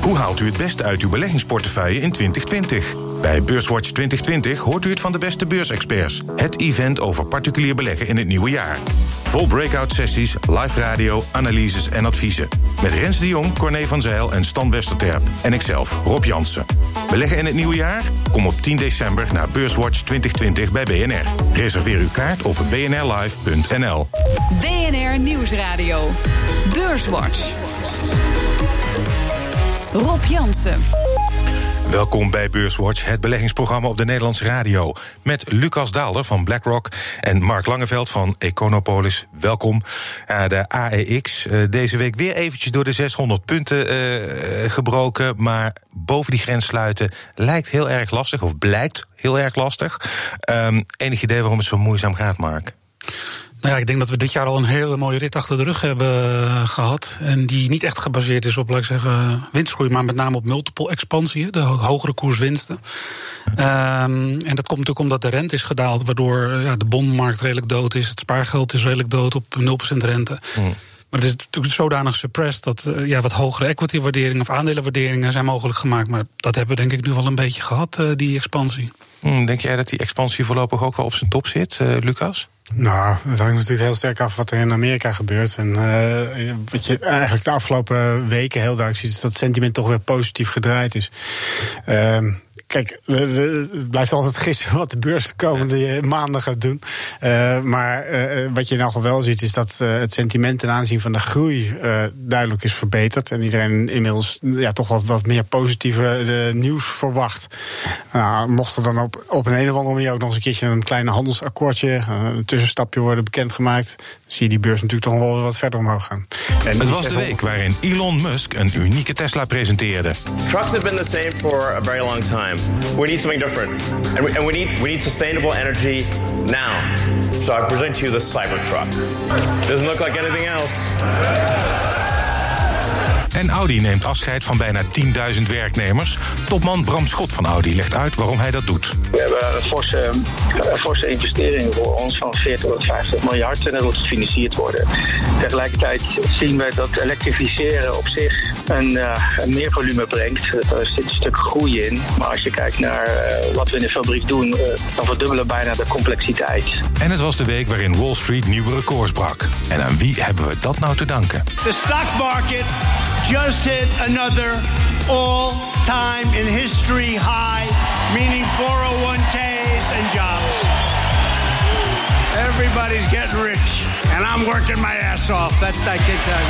Hoe haalt u het beste uit uw beleggingsportefeuille in 2020? Bij Beurswatch 2020 hoort u het van de beste beursexperts. Het event over particulier beleggen in het nieuwe jaar. Vol breakout sessies, live radio, analyses en adviezen. Met Rens de Jong, Corné van Zijl en Stan Westerterp. En ikzelf, Rob Jansen. Beleggen in het nieuwe jaar? Kom op 10 december naar Beurswatch 2020 bij BNR. Reserveer uw kaart op bnrlive.nl. BNR Nieuwsradio. Beurswatch. Rob Jansen. Welkom bij Beurswatch, het beleggingsprogramma op de Nederlandse radio. Met Lucas Daalder van BlackRock en Mark Langeveld van Econopolis. Welkom. De AEX deze week weer eventjes door de 600 punten gebroken. Maar boven die grens sluiten lijkt heel erg lastig, of blijkt heel erg lastig. Enig idee waarom het zo moeizaam gaat, Mark? Nou ja, ik denk dat we dit jaar al een hele mooie rit achter de rug hebben gehad. En die niet echt gebaseerd is op, laat ik zeggen, winstgroei, maar met name op multiple expansie, de hogere koerswinsten. En dat komt natuurlijk omdat de rente is gedaald, waardoor de bondmarkt redelijk dood is. Het spaargeld is redelijk dood op 0% rente. Maar het is natuurlijk zodanig suppressed dat wat hogere equity-waarderingen of aandelenwaarderingen zijn mogelijk gemaakt. Maar dat hebben we denk ik nu wel een beetje gehad, die expansie. Denk jij dat die expansie voorlopig ook wel op zijn top zit, Lucas? Nou, dat hangt natuurlijk heel sterk af wat er in Amerika gebeurt. En wat je eigenlijk de afgelopen weken heel duidelijk ziet, is dat het sentiment toch weer positief gedraaid is. Kijk, het blijft altijd gissen wat de beurs de komende maanden gaat doen. Maar wat je in elk geval wel ziet, is dat het sentiment ten aanzien van de groei duidelijk is verbeterd. En iedereen inmiddels toch wat meer positieve nieuws verwacht. Mocht er dan op een of andere manier ook nog eens een keertje een kleine handelsakkoordje, een tussenstapje worden bekendgemaakt, dan zie je die beurs natuurlijk toch wel wat verder omhoog gaan. En het was de week waarin Elon Musk een unieke Tesla presenteerde. Trucks have been the same for a very long time. We need something different. And we need sustainable energy now. So I present you the Cybertruck. Doesn't look like anything else. En Audi neemt afscheid van bijna 10.000 werknemers. Topman Bram Schot van Audi legt uit waarom hij dat doet. We hebben een forse investering voor ons van 40 tot 50 miljard en dat moet gefinancierd worden. Tegelijkertijd zien we dat elektrificeren op zich een meer volume brengt. Er zit een stuk groei in. Maar als je kijkt naar wat we in de fabriek doen, dan verdubbelen we bijna de complexiteit. En het was de week waarin Wall Street nieuwe records brak. En aan wie hebben we dat nou te danken? The stock market just hit another all-time in history high, meaning 401ks and jobs. Everybody's getting rich, and I'm working my ass off. That I can tell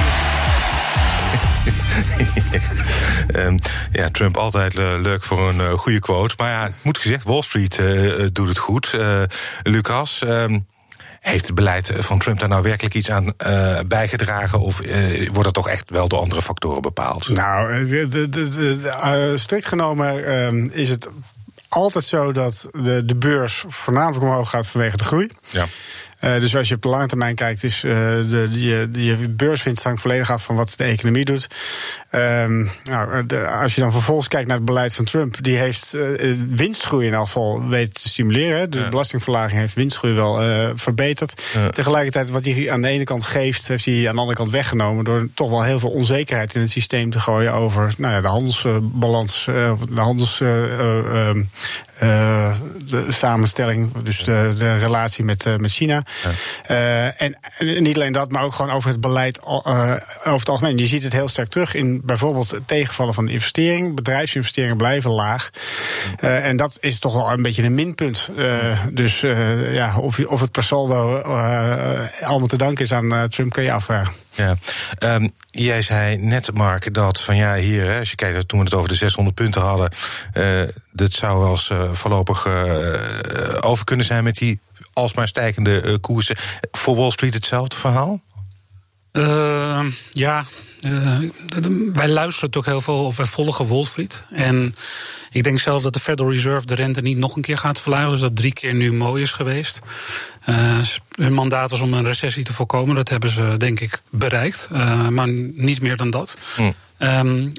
you. Trump altijd leuk voor een goede quote. Maar ja, moet gezegd, Wall Street doet het goed. Lucas, heeft het beleid van Trump daar nou werkelijk iets aan bijgedragen? Of wordt dat toch echt wel door andere factoren bepaald? Nou, strikt genomen is het altijd zo dat de beurs voornamelijk omhoog gaat vanwege de groei. Ja. Dus als je op de lange termijn kijkt, is je beurswinst hangt volledig af van wat de economie doet. Als je dan vervolgens kijkt naar het beleid van Trump, die heeft winstgroei in elk geval weten te stimuleren. De belastingverlaging heeft winstgroei wel verbeterd. Tegelijkertijd wat hij aan de ene kant geeft, heeft hij aan de andere kant weggenomen door toch wel heel veel onzekerheid in het systeem te gooien over de handelsbalans, de samenstelling, dus de relatie met China. Ja. En niet alleen dat, maar ook gewoon over het beleid over het algemeen. Je ziet het heel sterk terug in bijvoorbeeld het tegenvallen van de investering. Bedrijfsinvesteringen blijven laag. En dat is toch wel een beetje een minpunt. Of het per saldo allemaal te danken is aan Trump, kun je afvragen. Ja. Jij zei net, Mark, dat van hier, als je kijkt, toen we het over de 600 punten hadden, dat zou wel eens voorlopig over kunnen zijn met die alsmaar stijgende koersen. Voor Wall Street hetzelfde verhaal? Wij luisteren natuurlijk heel veel, of wij volgen Wall Street. En ik denk zelf dat de Federal Reserve de rente niet nog een keer gaat verlagen. Dus dat 3 keer nu mooi is geweest. Hun mandaat was om een recessie te voorkomen. Dat hebben ze, denk ik, bereikt. Maar niets meer dan dat.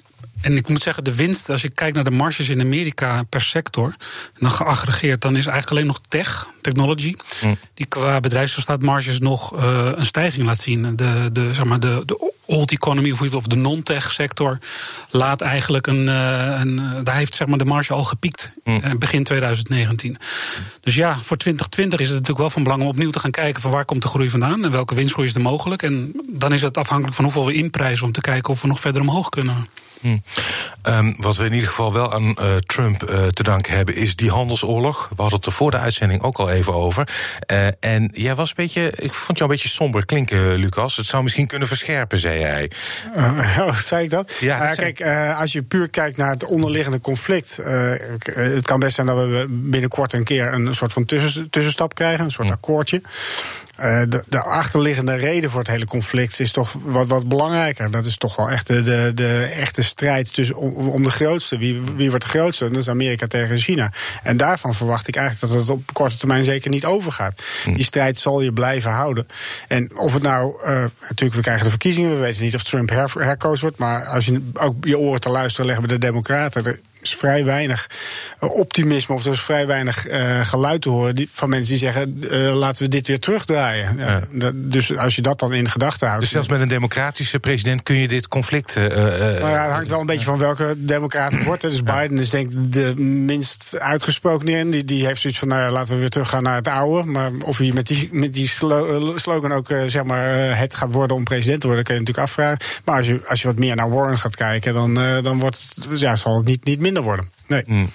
En ik moet zeggen, de winst, als je kijkt naar de marges in Amerika per sector, dan geaggregeerd, dan is eigenlijk alleen nog technology, die qua bedrijfsverstaatmarges nog een stijging laat zien. De old economy of de non-tech sector laat eigenlijk daar heeft zeg maar de marge al gepiekt begin 2019. Dus ja, voor 2020 is het natuurlijk wel van belang om opnieuw te gaan kijken van waar komt de groei vandaan en welke winstgroei is er mogelijk. En dan is het afhankelijk van hoeveel we inprijzen om te kijken of we nog verder omhoog kunnen. Wat we in ieder geval wel aan Trump te danken hebben, is die handelsoorlog. We hadden het er voor de uitzending ook al even over. En jij was ik vond jou een beetje somber klinken, Lucas. Het zou misschien kunnen verscherpen, zei jij. Zei ik dat? Ja, kijk, als je puur kijkt naar het onderliggende conflict, het kan best zijn dat we binnenkort een keer een soort van tussenstap krijgen, een soort akkoordje. De achterliggende reden voor het hele conflict is toch wat belangrijker. Dat is toch wel echt de echte strijd om de grootste. Wie wordt de grootste? Dat is Amerika tegen China. En daarvan verwacht ik eigenlijk dat het op korte termijn zeker niet overgaat. Die strijd zal je blijven houden. En of het nou, natuurlijk, we krijgen de verkiezingen. We weten niet of Trump herkozen wordt. Maar als je ook je oren te luisteren legt bij de Democraten, er is vrij weinig optimisme, of er is vrij weinig geluid te horen van mensen die zeggen, laten we dit weer terugdraaien. Ja. Dus als je dat dan in gedachten houdt. Dus zelfs met een democratische president kun je dit conflict het hangt wel een beetje van welke democraat het wordt. Dus Biden is denk ik de minst uitgesproken in. Die heeft zoiets van, laten we weer teruggaan naar het oude. Maar of hij met die slogan ook het gaat worden om president te worden, kun je natuurlijk afvragen. Maar als je wat meer naar Warren gaat kijken, dan wordt het, zal het niet minder worden. Nee.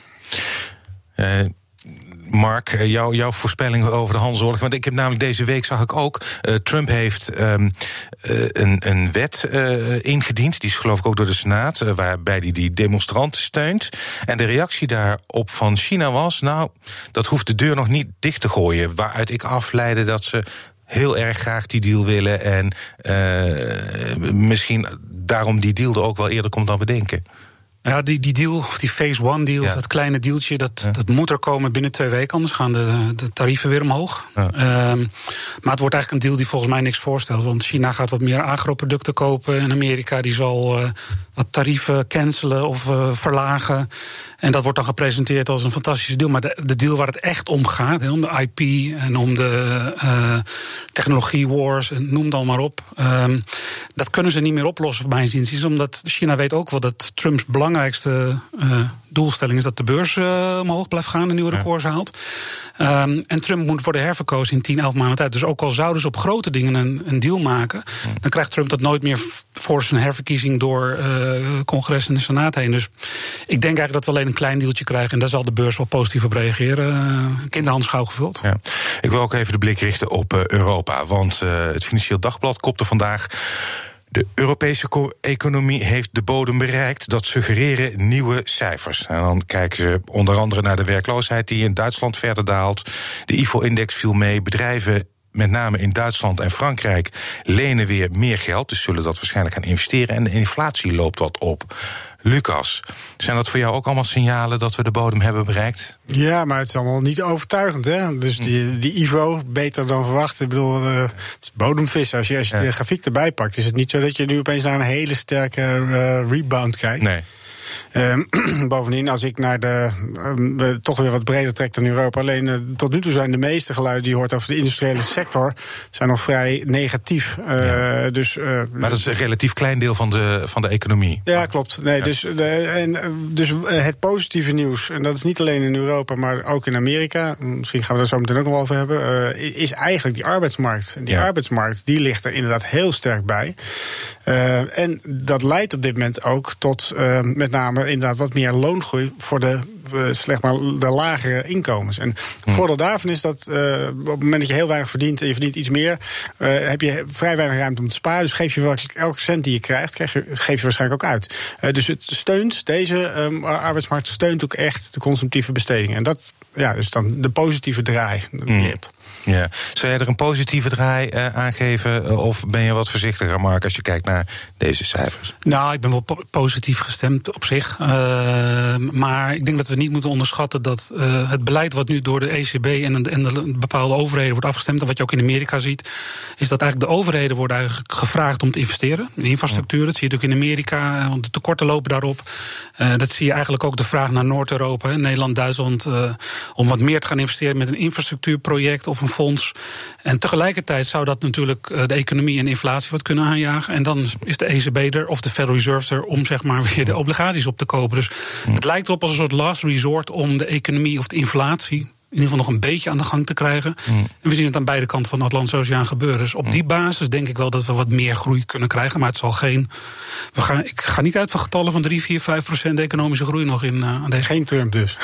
Mark, jouw voorspelling over de handelsoorlog. Want ik heb namelijk deze week, zag ik ook, Trump heeft een wet ingediend. Die is geloof ik ook door de Senaat, waarbij hij die demonstranten steunt. En de reactie daarop van China was, dat hoeft de deur nog niet dicht te gooien. Waaruit ik afleidde dat ze heel erg graag die deal willen. En misschien daarom die deal er ook wel eerder komt dan we denken. Ja, die deal, of die phase one deal, dat kleine dealtje, dat moet er komen binnen 2 weken, anders gaan de tarieven weer omhoog. Ja. Maar het wordt eigenlijk een deal die volgens mij niks voorstelt, want China gaat wat meer agroproducten kopen en Amerika die zal wat tarieven cancelen of verlagen. En dat wordt dan gepresenteerd als een fantastische deal. Maar de deal waar het echt om gaat, om de IP en om de technologie wars, en noem het al maar op, dat kunnen ze niet meer oplossen, mijn inziens. Omdat China weet ook wel dat Trumps belangrijkste doelstelling is dat de beurs omhoog blijft gaan en nieuwe records haalt. En Trump moet worden herverkozen in 10, 11 maanden tijd. Dus ook al zouden ze op grote dingen een deal maken, dan krijgt Trump dat nooit meer voor zijn herverkiezing door congres en de Senaat heen. Dus ik denk eigenlijk dat we alleen een klein dealtje krijgen en daar zal de beurs wel positief op reageren. Kinderhandschool gevuld. Ja. Ik wil ook even de blik richten op Europa, want het Financieel Dagblad kopte vandaag: de Europese economie heeft de bodem bereikt. Dat suggereren nieuwe cijfers. En dan kijken ze onder andere naar de werkloosheid die in Duitsland verder daalt. De IFO-index viel mee. Bedrijven, met name in Duitsland en Frankrijk, lenen weer meer geld. Dus zullen dat waarschijnlijk gaan investeren. En de inflatie loopt wat op. Lucas, zijn dat voor jou ook allemaal signalen dat we de bodem hebben bereikt? Ja, maar het is allemaal niet overtuigend, hè? Dus die IVO, beter dan verwacht. Ik bedoel, het is bodemvissen. Als je de grafiek erbij pakt, is het niet zo dat je nu opeens naar een hele sterke rebound kijkt. Nee. Bovendien, als ik naar toch weer wat breder trek dan Europa. Alleen tot nu toe zijn de meeste geluiden die je hoort over de industriële sector zijn nog vrij negatief. Maar dat is een relatief klein deel van de economie. Ja, klopt. Nee, Dus het positieve nieuws, en dat is niet alleen in Europa, maar ook in Amerika, misschien gaan we daar zo meteen ook nog over hebben, is eigenlijk die arbeidsmarkt. En die arbeidsmarkt, die ligt er inderdaad heel sterk bij. En dat leidt op dit moment ook tot met name inderdaad wat meer loongroei voor de lagere inkomens. En het voordeel daarvan is dat op het moment dat je heel weinig verdient en je verdient iets meer, heb je vrij weinig ruimte om te sparen. Dus geef je elke cent die je krijgt, geef je waarschijnlijk ook uit. Dus het steunt, deze arbeidsmarkt steunt ook echt de consumptieve besteding. En dat is dan de positieve draai die je hebt. Ja. Zou jij er een positieve draai aangeven? Of ben je wat voorzichtiger, Mark, als je kijkt naar deze cijfers? Nou, ik ben wel positief gestemd op zich. Maar ik denk dat we niet moeten onderschatten dat het beleid wat nu door de ECB en de bepaalde overheden wordt afgestemd, en wat je ook in Amerika ziet, is dat eigenlijk de overheden worden eigenlijk gevraagd om te investeren in infrastructuur. Dat zie je natuurlijk in Amerika, want de tekorten lopen daarop. Dat zie je eigenlijk ook de vraag naar Noord-Europa, Nederland, Duitsland, om wat meer te gaan investeren met een infrastructuurproject of een fonds. En tegelijkertijd zou dat natuurlijk de economie en inflatie wat kunnen aanjagen. En dan is de ECB er, of de Federal Reserve er, om zeg maar weer de obligaties op te kopen. Dus het lijkt erop als een soort last resort om de economie of de inflatie in ieder geval nog een beetje aan de gang te krijgen. En we zien het aan beide kanten van de Atlantische Oceaan gebeuren. Dus op die basis denk ik wel dat we wat meer groei kunnen krijgen. Maar het zal geen... Ik ga niet uit van getallen van 3, 4, 5% economische groei nog in aan deze... Geen Trump dus.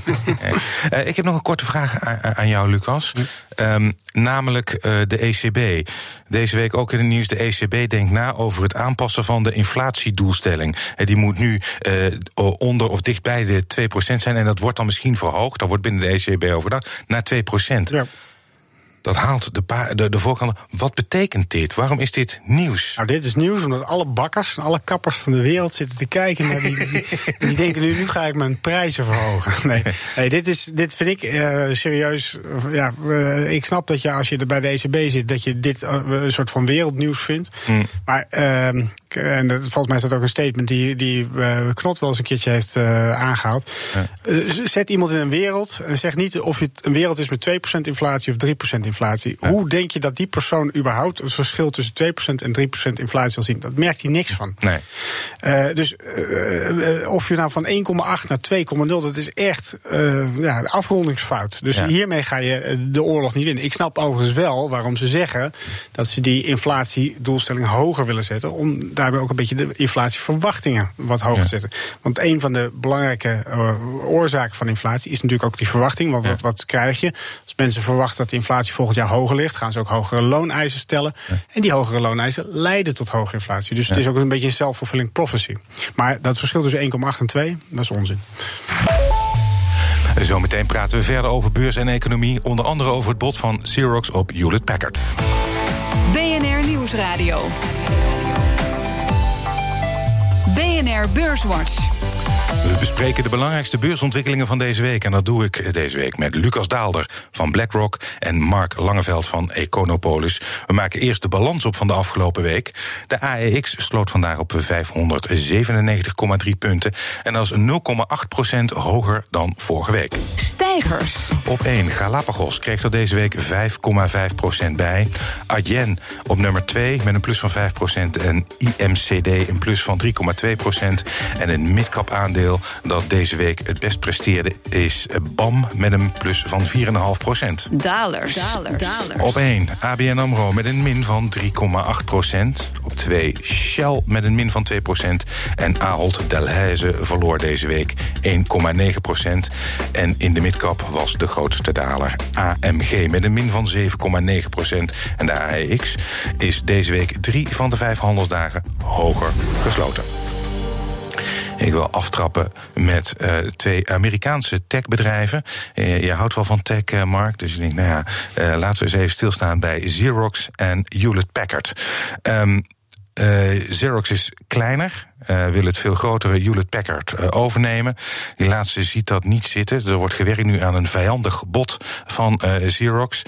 Ik heb nog een korte vraag aan jou, Lucas. Namelijk de ECB. Deze week ook in het nieuws. De ECB denkt na over het aanpassen van de inflatiedoelstelling. Die moet nu onder of dichtbij de 2% zijn. En dat wordt dan misschien verhoogd. Dat wordt binnen de ECB overdag naar 2%. Ja. Dat haalt de voorkant. Wat betekent dit? Waarom is dit nieuws? Nou, dit is nieuws omdat alle bakkers en alle kappers van de wereld zitten te kijken naar die denken nu ga ik mijn prijzen verhogen. Nee, dit vind ik serieus. Ja, ik snap dat je als je er bij de ECB zit, dat je dit een soort van wereldnieuws vindt. Maar en volgens mij is dat ook een statement die Knot wel eens een keertje heeft aangehaald. Ja. Zet iemand in een wereld en zeg niet of het een wereld is met 2% inflatie of 3% inflatie. Ja. Hoe denk je dat die persoon überhaupt het verschil tussen 2% en 3% inflatie zal zien? Dat merkt hij niks van. Nee. Dus of je nou van 1,8 naar 2,0, dat is echt een afrondingsfout. Dus hiermee ga je de oorlog niet winnen. Ik snap overigens wel waarom ze zeggen dat ze die inflatiedoelstelling hoger willen zetten, om daarbij ook een beetje de inflatieverwachtingen wat hoger te zetten. Want een van de belangrijke oorzaken van inflatie is natuurlijk ook die verwachting. Want wat krijg je? Als mensen verwachten dat de inflatie volgend jaar hoger ligt, gaan ze ook hogere looneisen stellen. Ja. En die hogere looneisen leiden tot hoge inflatie. Dus het is ook een beetje een self-fulfilling prophecy. Maar dat verschil tussen 1,8 en 2, dat is onzin. Zometeen praten we verder over beurs en economie. Onder andere over het bod van Xerox op Hewlett Packard. BNR Nieuwsradio. BNR Beurswatch. We bespreken de belangrijkste beursontwikkelingen van deze week. En dat doe ik deze week met Lucas Daalder van BlackRock en Mark Langeveld van Econopolis. We maken eerst de balans op van de afgelopen week. De AEX sloot vandaag op 597,3 punten. En dat is 0,8% hoger dan vorige week. Stijgers. Op 1, Galapagos kreeg er deze week 5,5% bij. Adyen op nummer 2 met een plus van 5%. En IMCD een plus van 3,2%. En een midcap aandeel dat deze week het best presteerde is BAM met een plus van 4,5%. Dalers. Op 1, ABN AMRO met een min van 3,8%. Op 2, Shell met een min van 2%. En Ahold Delhaize verloor deze week 1,9%. En in de midcap was de grootste daler AMG met een min van 7,9%. En de AEX is deze week 3 van de 5 handelsdagen hoger gesloten. Ik wil aftrappen met 2 Amerikaanse techbedrijven. Je houdt wel van tech, Mark. Dus ik denk, laten we eens even stilstaan bij Xerox en Hewlett Packard. Xerox is kleiner, wil het veel grotere Hewlett Packard overnemen. Die laatste ziet dat niet zitten. Er wordt gewerkt nu aan een vijandig bod van Xerox.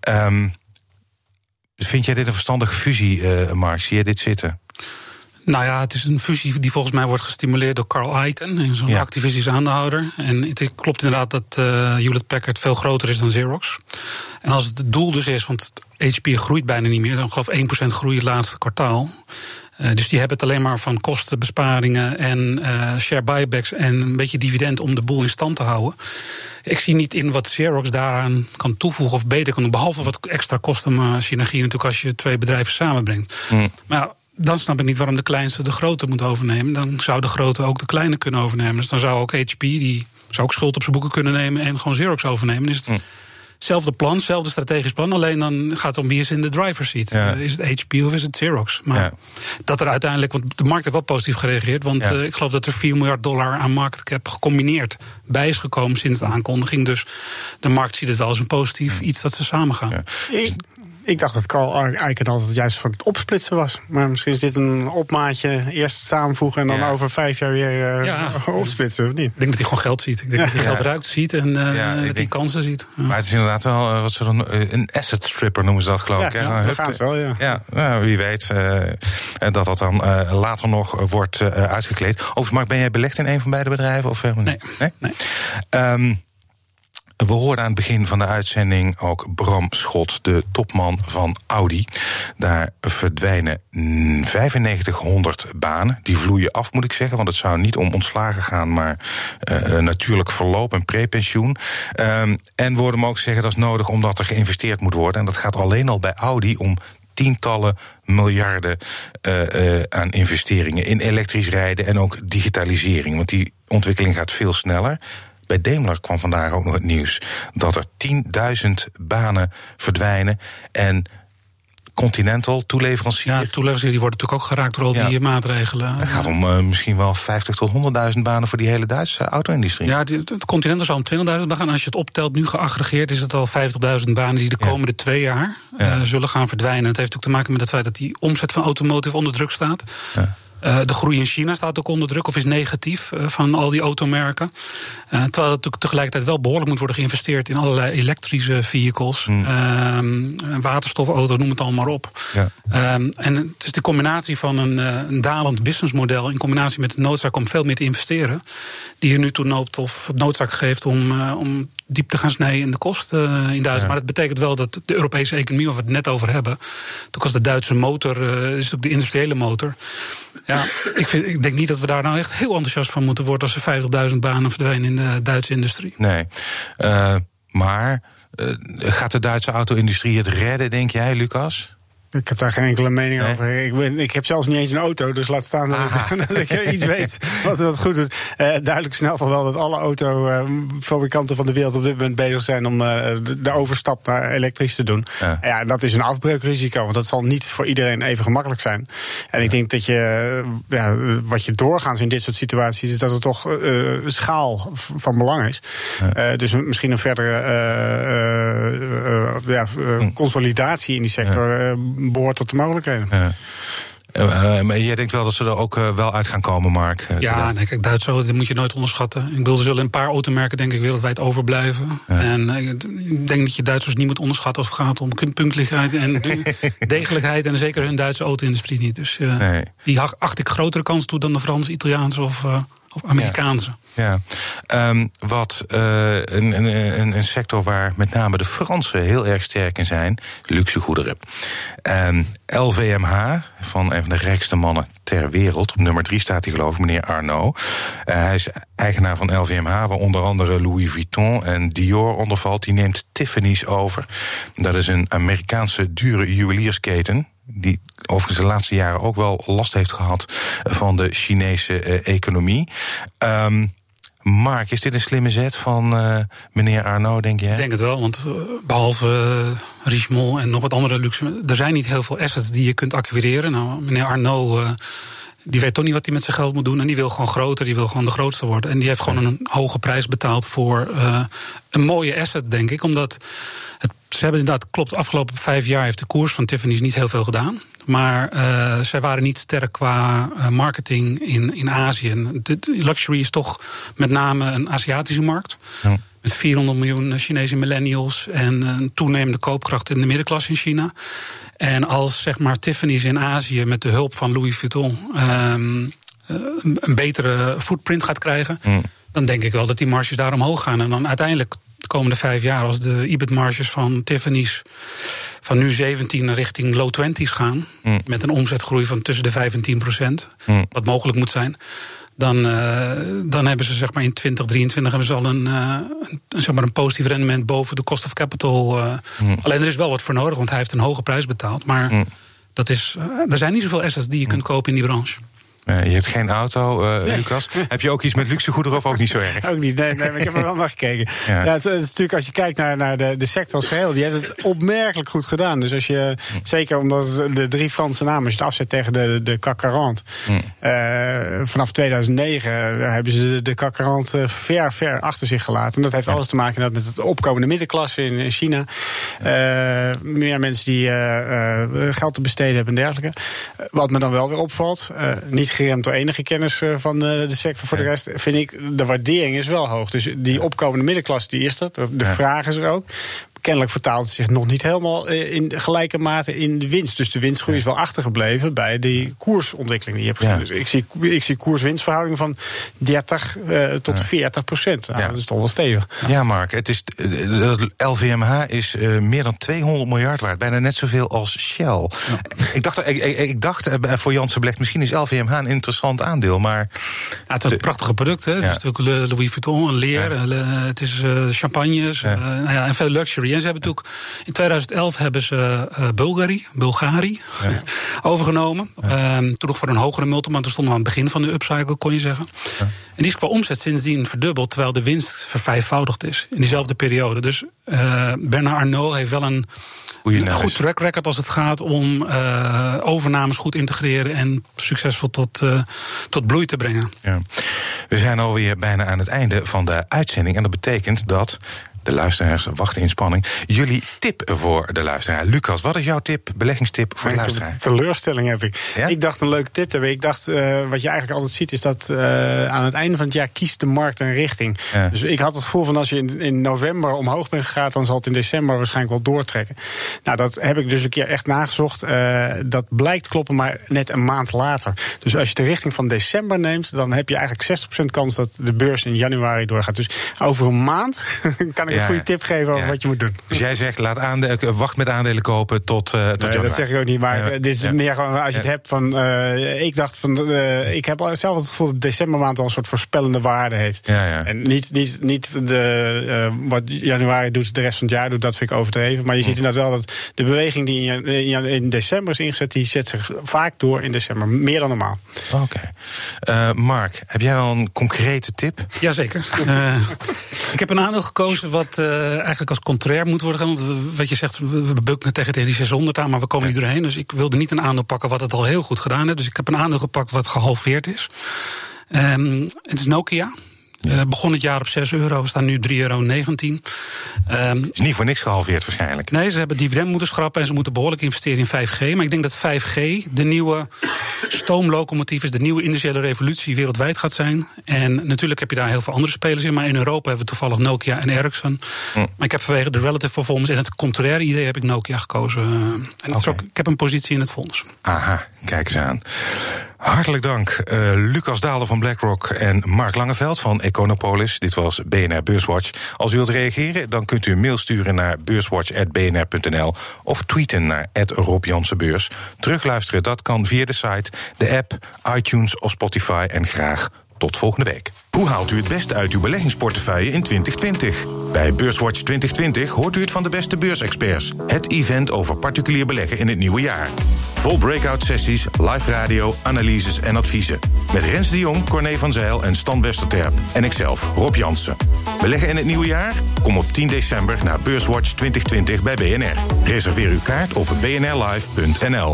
Vind jij dit een verstandige fusie, Mark? Zie je dit zitten? Nou ja, het is een fusie die volgens mij wordt gestimuleerd door Carl Icahn, zo'n activistisch aandeelhouder. En het klopt inderdaad dat Hewlett Packard veel groter is dan Xerox. En als het doel dus is, want HP groeit bijna niet meer, dan geloof ik 1% groei het laatste kwartaal. Dus die hebben het alleen maar van kostenbesparingen en share buybacks en een beetje dividend om de boel in stand te houden. Ik zie niet in wat Xerox daaraan kan toevoegen of beter kan doen, behalve wat extra kosten, synergie natuurlijk als je 2 bedrijven samenbrengt. Maar ja, dan snap ik niet waarom de kleinste de grote moet overnemen. Dan zou de grote ook de kleine kunnen overnemen. Dus dan zou ook HP, die zou ook schuld op zijn boeken kunnen nemen en gewoon Xerox overnemen. Dan is het hetzelfde plan, hetzelfde strategisch plan. Alleen dan gaat het om wie is in de driver's seat. Ja. Is het HP of is het Xerox? Maar dat er uiteindelijk, want de markt heeft wel positief gereageerd. Want ik geloof dat er $4 miljard aan market cap gecombineerd bij is gekomen sinds de aankondiging. Dus de markt ziet het wel als een positief iets dat ze samen gaan. Ja. Ik dacht dat Carl Icahn altijd juist voor het opsplitsen was. Maar misschien is dit een opmaatje. Eerst samenvoegen en dan over 5 jaar weer opsplitsen, of niet? Ik denk dat hij gewoon geld ziet. Ik denk dat hij geld ruikt ziet en dat hij kansen ziet. Ja. Maar het is inderdaad wel wat ze dan een asset stripper noemen ze dat, geloof ik. Ja, dat gaat wel, ja. Wie weet dat dan later nog wordt uitgekleed. Overigens, Mark, ben jij belegd in een van beide bedrijven? Of helemaal niet? Nee? We hoorden aan het begin van de uitzending ook Bram Schot, de topman van Audi. Daar verdwijnen 9500 banen. Die vloeien af, moet ik zeggen, want het zou niet om ontslagen gaan, maar natuurlijk verloop en prepensioen. En we hoorden hem ook zeggen dat is nodig omdat er geïnvesteerd moet worden. En dat gaat alleen al bij Audi om tientallen miljarden aan investeringen in elektrisch rijden en ook digitalisering. Want die ontwikkeling gaat veel sneller. Bij Daimler kwam vandaag ook nog het nieuws dat er 10.000 banen verdwijnen. En Continental, toeleverancier. Ja, toeleverancier die wordt natuurlijk ook geraakt door al die maatregelen. Het gaat om misschien wel 50 tot 100.000 banen voor die hele Duitse auto-industrie. Ja, het Continental zal om 20.000 gaan. Als je het optelt, nu geaggregeerd, is het al 50.000 banen die de komende 2 jaar zullen gaan verdwijnen. Het heeft ook te maken met het feit dat die omzet van automotive onder druk staat. Ja. De groei in China staat ook onder druk of is negatief van al die automerken. Terwijl het tegelijkertijd wel behoorlijk moet worden geïnvesteerd in allerlei elektrische vehicles. Waterstofauto's, noem het allemaal maar op. Ja. En het is de combinatie van een dalend businessmodel in combinatie met de noodzaak om veel meer te investeren, die er nu toe noopt of noodzaak geeft om diep te gaan snijden in de kosten in Duitsland. Ja. Maar dat betekent wel dat de Europese economie, waar we het net over hebben, ook als de Duitse motor, is ook de industriële motor. Ja, ik denk niet dat we daar nou echt heel enthousiast van moeten worden als er 50.000 banen verdwijnen in de Duitse industrie. Nee, maar gaat de Duitse auto-industrie het redden, denk jij, Lucas? Ik heb daar geen enkele mening over. Ik heb zelfs niet eens een auto, dus laat staan dat ik iets weet wat goed doet. Duidelijk snel van wel dat alle autofabrikanten van de wereld op dit moment bezig zijn om de overstap naar elektrisch te doen. Ja, dat is een afbreukrisico, want dat zal niet voor iedereen even gemakkelijk zijn. En ik denk dat wat je doorgaans in dit soort situaties is dat er toch schaal van belang is. Dus misschien een verdere consolidatie in die sector behoort tot de mogelijkheden. Ja. Maar jij denkt wel dat ze er ook wel uit gaan komen, Mark? Ja, nee, kijk, Duitse auto's, dat moet je nooit onderschatten. Ik bedoel, er zullen een paar automerken, denk ik, wereldwijd overblijven. Ja. En ik denk dat je Duitsers niet moet onderschatten als het gaat om punktelijkheid en degelijkheid. En zeker hun Duitse auto-industrie niet. Dus die acht ik grotere kans toe dan de Franse, Italiaanse of Amerikaanse. Ja. Wat een sector waar met name de Fransen heel erg sterk in zijn, luxegoederen. LVMH, van een van de rijkste mannen ter wereld, op nummer 3 staat hij, geloof ik, meneer Arnault. Hij is eigenaar van LVMH, waar onder andere Louis Vuitton en Dior onder valt. Die neemt Tiffany's over. Dat is een Amerikaanse dure juweliersketen die overigens de laatste jaren ook wel last heeft gehad van de Chinese economie. Mark, is dit een slimme zet van meneer Arnault, denk jij? Ik denk het wel, want behalve Richemont en nog wat andere luxe, er zijn niet heel veel assets die je kunt acquireren. Nou, meneer Arnault, die weet toch niet wat hij met zijn geld moet doen en die wil gewoon groter, die wil gewoon de grootste worden. En die heeft gewoon een hoge prijs betaald voor een mooie asset, denk ik, omdat ze hebben inderdaad, klopt, de afgelopen 5 jaar heeft de koers van Tiffany's niet heel veel gedaan. Maar zij waren niet sterk qua marketing in Azië. De luxury is toch met name een Aziatische markt. Ja. Met 400 miljoen Chinese millennials en een toenemende koopkracht in de middenklasse in China. En als zeg maar Tiffany's in Azië met de hulp van Louis Vuitton een betere footprint gaat krijgen, dan denk ik wel dat die marges daar omhoog gaan. En dan uiteindelijk de komende 5 jaar, als de EBIT-marges van Tiffany's van nu 17 richting low 20's gaan, met een omzetgroei van tussen de 5 en 10%, wat mogelijk moet zijn, dan hebben ze zeg maar in 2023 hebben ze al een positief rendement boven de cost of capital. Alleen er is wel wat voor nodig, want hij heeft een hoge prijs betaald. Maar er zijn niet zoveel assets die je kunt kopen in die branche. Je hebt geen auto, Lucas. Heb je ook iets met luxegoederen of ook niet zo erg? Ook niet, nee, maar ik heb er wel naar gekeken. Ja. Het is natuurlijk, als je kijkt naar de sector als geheel, die heeft het opmerkelijk goed gedaan. Dus als je, zeker omdat de 3 Franse namen, als je het afzet tegen de CAC 40... vanaf 2009 hebben ze de CAC 40 ver achter zich gelaten. En dat heeft alles te maken met het opkomende middenklasse in China. Meer mensen die geld te besteden hebben en dergelijke. Wat me dan wel weer opvalt, niet geremd door enige kennis van de sector voor de rest, vind ik, de waardering is wel hoog. Dus die opkomende middenklasse, die is er. De vraag is er ook. Kennelijk vertaalt het zich nog niet helemaal in gelijke mate in de winst. Dus de winstgroei is wel achtergebleven bij die koersontwikkeling die je hebt gezien. Dus ik zie koers-winstverhoudingen van 30 tot 40%. Nou, dat is toch wel stevig. Ja, Mark, het is, LVMH is meer dan 200 miljard waard. Bijna net zoveel als Shell. Ja. Ik dacht voor Janssen Belegd, misschien is LVMH een interessant aandeel. Maar het is een prachtige product. Hè? Het is natuurlijk Louis Vuitton, leer. Het is champagnes en veel luxury. En ze hebben natuurlijk in 2011 hebben ze Bulgari overgenomen. Toen nog voor een hogere multiple, maar toen stonden we aan het begin van de upcycle, kon je zeggen. Ja. En die is qua omzet sindsdien verdubbeld, terwijl de winst vervijfvoudigd is in diezelfde periode. Dus Bernard Arnault heeft wel een goed track record als het gaat om overnames goed integreren en succesvol tot bloei te brengen. Ja. We zijn alweer bijna aan het einde van de uitzending en dat betekent dat de luisteraars wachten in spanning. Jullie tip voor de luisteraar. Lucas, wat is jouw tip, beleggingstip voor de luisteraar? Teleurstelling heb ik. Ja? Ik dacht een leuke tip te hebben. Ik dacht, wat je eigenlijk altijd ziet, is dat aan het einde van het jaar kiest de markt een richting. Ja. Dus ik had het gevoel van als je in november omhoog bent gegaan, dan zal het in december waarschijnlijk wel doortrekken. Nou, dat heb ik dus een keer echt nagezocht. Dat blijkt kloppen, maar net een maand later. Dus als je de richting van december neemt, dan heb je eigenlijk 60% kans dat de beurs in januari doorgaat. Dus over een maand kan ik een goede tip geven over wat je moet doen. Dus jij zegt, wacht met aandelen kopen tot januari. Dat zeg ik ook niet, maar dit is meer gewoon als je het hebt van ik dacht van ik heb zelf het gevoel dat decembermaand al een soort voorspellende waarde heeft. Ja. En niet wat januari doet, de rest van het jaar doet, dat vind ik overdreven. Maar je ziet inderdaad wel dat de beweging die in december is ingezet, die zet zich vaak door in december. Meer dan normaal. Oké. Mark, heb jij wel een concrete tip? Jazeker. Ik heb een aandeel gekozen wat eigenlijk als contrair moet worden gedaan. Want wat je zegt, we bukken tegen die 600 aan, maar we komen niet doorheen. Dus ik wilde niet een aandeel pakken wat het al heel goed gedaan heeft. Dus ik heb een aandeel gepakt wat gehalveerd is. Het is Nokia. Begon het jaar op €6, we staan nu €3,19. Is niet voor niks gehalveerd waarschijnlijk. Nee, ze hebben dividend moeten schrappen en ze moeten behoorlijk investeren in 5G. Maar ik denk dat 5G de nieuwe stoomlocomotief is, de nieuwe industriële revolutie wereldwijd gaat zijn. En natuurlijk heb je daar heel veel andere spelers in, maar in Europa hebben we toevallig Nokia en Ericsson. Maar ik heb vanwege de relative performance en het contraire idee heb ik Nokia gekozen. En dat is ook, ik heb een positie in het fonds. Aha, kijk eens aan. Hartelijk dank, Lucas Daalder van BlackRock en Mark Langeveld van Econopolis. Dit was BNR Beurswatch. Als u wilt reageren, dan kunt u een mail sturen naar beurswatch@bnr.nl of tweeten naar @RobJansenbeurs. Terugluisteren, dat kan via de site, de app, iTunes of Spotify. En graag tot volgende week. Hoe haalt u het beste uit uw beleggingsportefeuille in 2020? Bij Beurswatch 2020 hoort u het van de beste beursexperts. Het event over particulier beleggen in het nieuwe jaar. Vol breakout sessies, live radio, analyses en adviezen. Met Rens de Jong, Corné van Zijl en Stan Westerterp. En ikzelf, Rob Jansen. Beleggen in het nieuwe jaar? Kom op 10 december naar Beurswatch 2020 bij BNR. Reserveer uw kaart op bnrlive.nl.